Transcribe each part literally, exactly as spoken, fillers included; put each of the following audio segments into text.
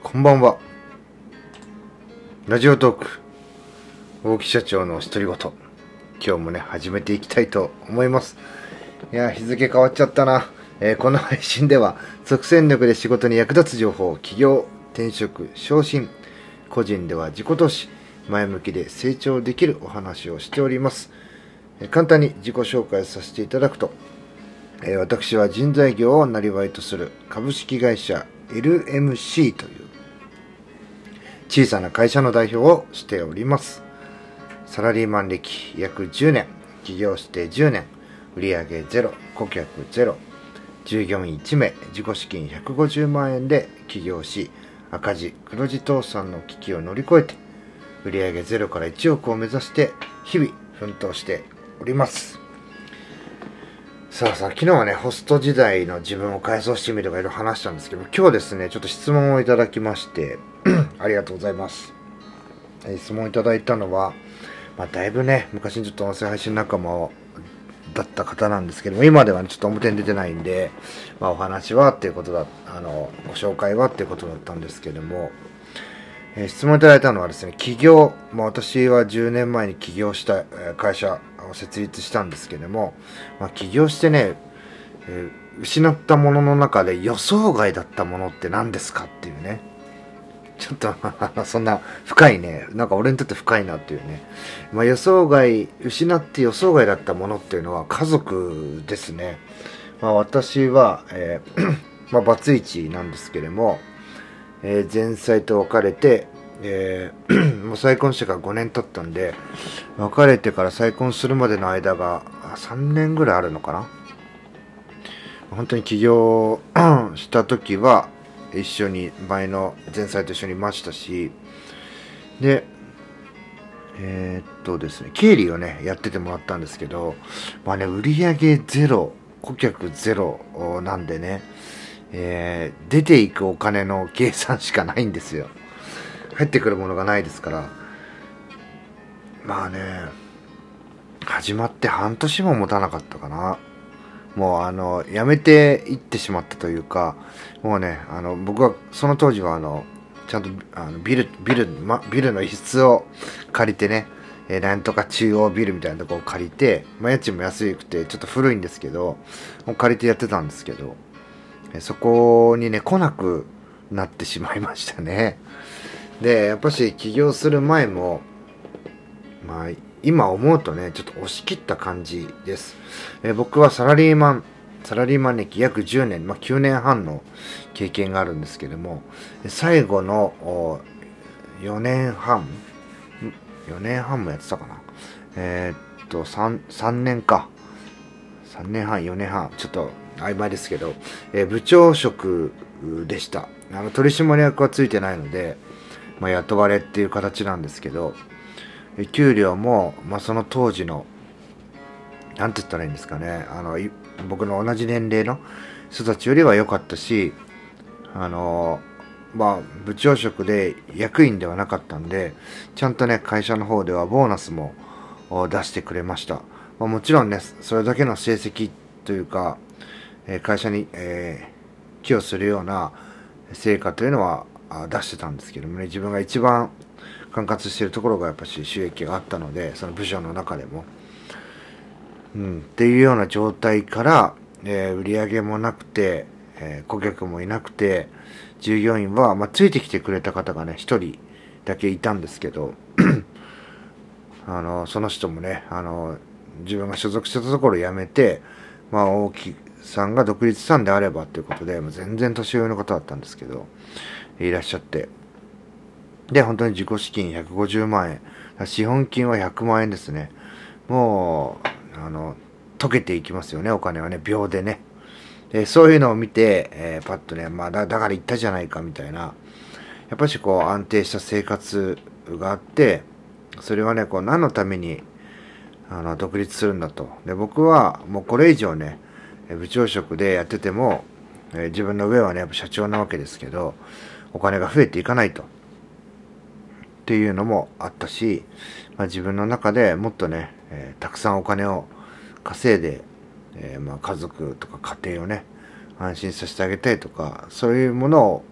こんばんは。ラジオトーク大木社長の独り言、今日もね始めていきたいと思います。いや日付変わっちゃったな、えー、この配信では即戦力で仕事に役立つ情報、起業、転職、昇進、個人では自己投資、前向きで成長できるお話をしております。えー、簡単に自己紹介させていただくと、えー、私は人材業をなりわいとする株式会社 エルエムシー という小さな会社の代表をしております。サラリーマン歴約じゅうねん、起業してじゅうねん、売上ゼロ、顧客ゼロ、従業員いちめい、自己資金ひゃくごじゅうまんえんで起業し、赤字、黒字倒産の危機を乗り越えて、売上ゼロからいちおくを目指して日々奮闘しております。さあさあ、昨日はね、ホスト時代の自分を回想してみるとかいろいろ話したんですけど、今日ですね、ちょっと質問をいただきまして、ありがとうございます。質問いただいたのは、まあ、だいぶね、昔にちょっと音声配信仲間だった方なんですけども、今では、ね、ちょっと表に出てないんで、まあ、お話はっていうことだ、あの、ご紹介はっていうことだったんですけども、えー、質問いただいたのはですね、起業、まあ、私はじゅうねんまえに起業した会社を設立したんですけども、まあ、起業してね、えー、失ったものの中で予想外だったものって何ですかっていうね、ちょっとそんな深いね、なんか俺にとって深いなっていうね、まあ、予想外、失って予想外だったものっていうのは家族ですね。まあ、私は、えーまあ、バツイチなんですけれども、えー、前妻と別れて、えー、もう再婚してからごねん経ったんで、別れてから再婚するまでの間がさんねんぐらいあるのかな。本当に起業した時は一緒に、前の前妻と一緒にいましたし、でえー、っとですね経理をねやっててもらったんですけど、まあね、売上ゼロ、顧客ゼロなんでね、えー、出ていくお金の計算しかないんですよ。入ってくるものがないですから、まあね、始まって半年も持たなかったかな。もうあの辞めていってしまったというか、もうね、あの僕はその当時はあのちゃんとあのビルビル、ま、ビルの一室を借りてね、えー、なんとか中央ビルみたいなところを借りて、まあ、家賃も安くてちょっと古いんですけど、もう借りてやってたんですけど、えー、そこにね来なくなってしまいましたね。でやっぱし起業する前も、まあ今思うとね、ちょっと押し切った感じです。えー、僕はサラリーマン、サラリーマン歴約じゅうねん、まあ、きゅうねんはんの経験があるんですけども、最後のよねんはん、よねんはんもやってたかな。えー、っと3、さんねんか。さんねんはん、よねんはん、ちょっと曖昧ですけど、えー、部長職でした。あの取締役はついてないので、まあ、雇われっていう形なんですけど、給料も、まあ、その当時のなんて言ったらいいんですかね、あの僕の同じ年齢の人たちよりは良かったし、あのまあ部長職で役員ではなかったんで、ちゃんとね会社の方ではボーナスも出してくれました。まあ、もちろんねそれだけの成績というか、会社に、えー、寄与するような成果というのは出してたんですけどもね、自分が一番管轄しているところがやっぱし収益があったので、その部署の中でも、うん、っていうような状態から、えー、売り上げもなくて、えー、顧客もいなくて、従業員は、まあ、ついてきてくれた方がね一人だけいたんですけどあのその人もね、あの自分が所属してたところを辞めて、まあ、大木さんが独立したんであればということで、もう全然年上の方だったんですけどいらっしゃって、で本当に自己資金ひゃくごじゅうまんえん、資本金はひゃくまんえんですね。もうあの溶けていきますよね、お金はね、秒でね。でそういうのを見て、えー、パッとね、まあだだから言ったじゃないかみたいな、やっぱりこう安定した生活があって、それはねこう何のためにあの独立するんだと。で僕はもうこれ以上ね部長職でやってても、えー、自分の上はねやっぱ社長なわけですけど、お金が増えていかないとっていうのもあったし、まあ、自分の中でもっとね、えー、たくさんお金を稼いで、えー、まあ家族とか家庭をね安心させてあげたいとか、そういうものを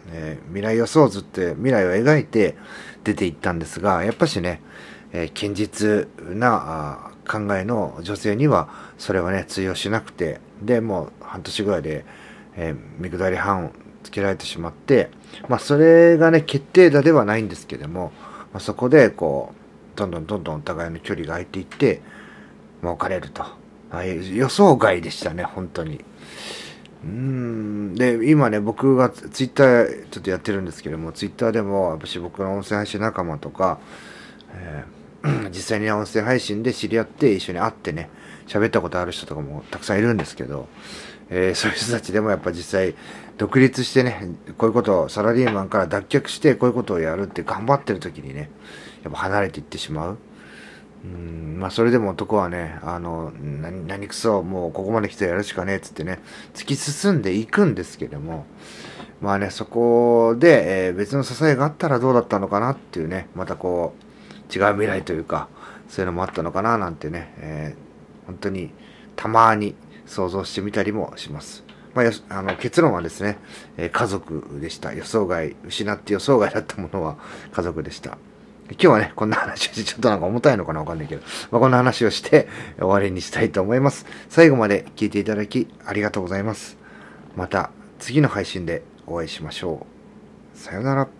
えー、未来予想図って未来を描いて出ていったんですが、やっぱしね、えー、堅実な考えの女性にはそれはね通用しなくて、でもう半年ぐらいで、えー、見下り班つけられてしまって、まあそれがね決定打ではないんですけども、まあ、そこでこうどんどんどんどんお互いの距離が空いていって別れると。あ、予想外でしたね本当に。うーんで今ね僕がツイッターちょっとやってるんですけども、ツイッターでも私僕の音声配信仲間とか、えー、実際に音声配信で知り合って一緒に会ってね喋ったことある人とかもたくさんいるんですけど、えー、そういう人たちでもやっぱ実際独立してねこういうことをサラリーマンから脱却してこういうことをやるって頑張ってる時にねやっぱ離れていってしまう。うん、まあそれでも男はね、あの何何くそもうここまで来てやるしかねえっつってね突き進んでいくんですけども、まあねそこで、えー、別の支えがあったらどうだったのかなっていうね、またこう違う未来というかそういうのもあったのかななんてね、えー、本当にたまに想像してみたりもします。まあ、あの結論はですね、えー、家族でした。予想外、失って予想外だったものは家族でした。今日はね、こんな話をして、ちょっとなんか重たいのかなわかんないけど、まあ、こんな話をして終わりにしたいと思います。最後まで聞いていただきありがとうございます。また次の配信でお会いしましょう。さよなら。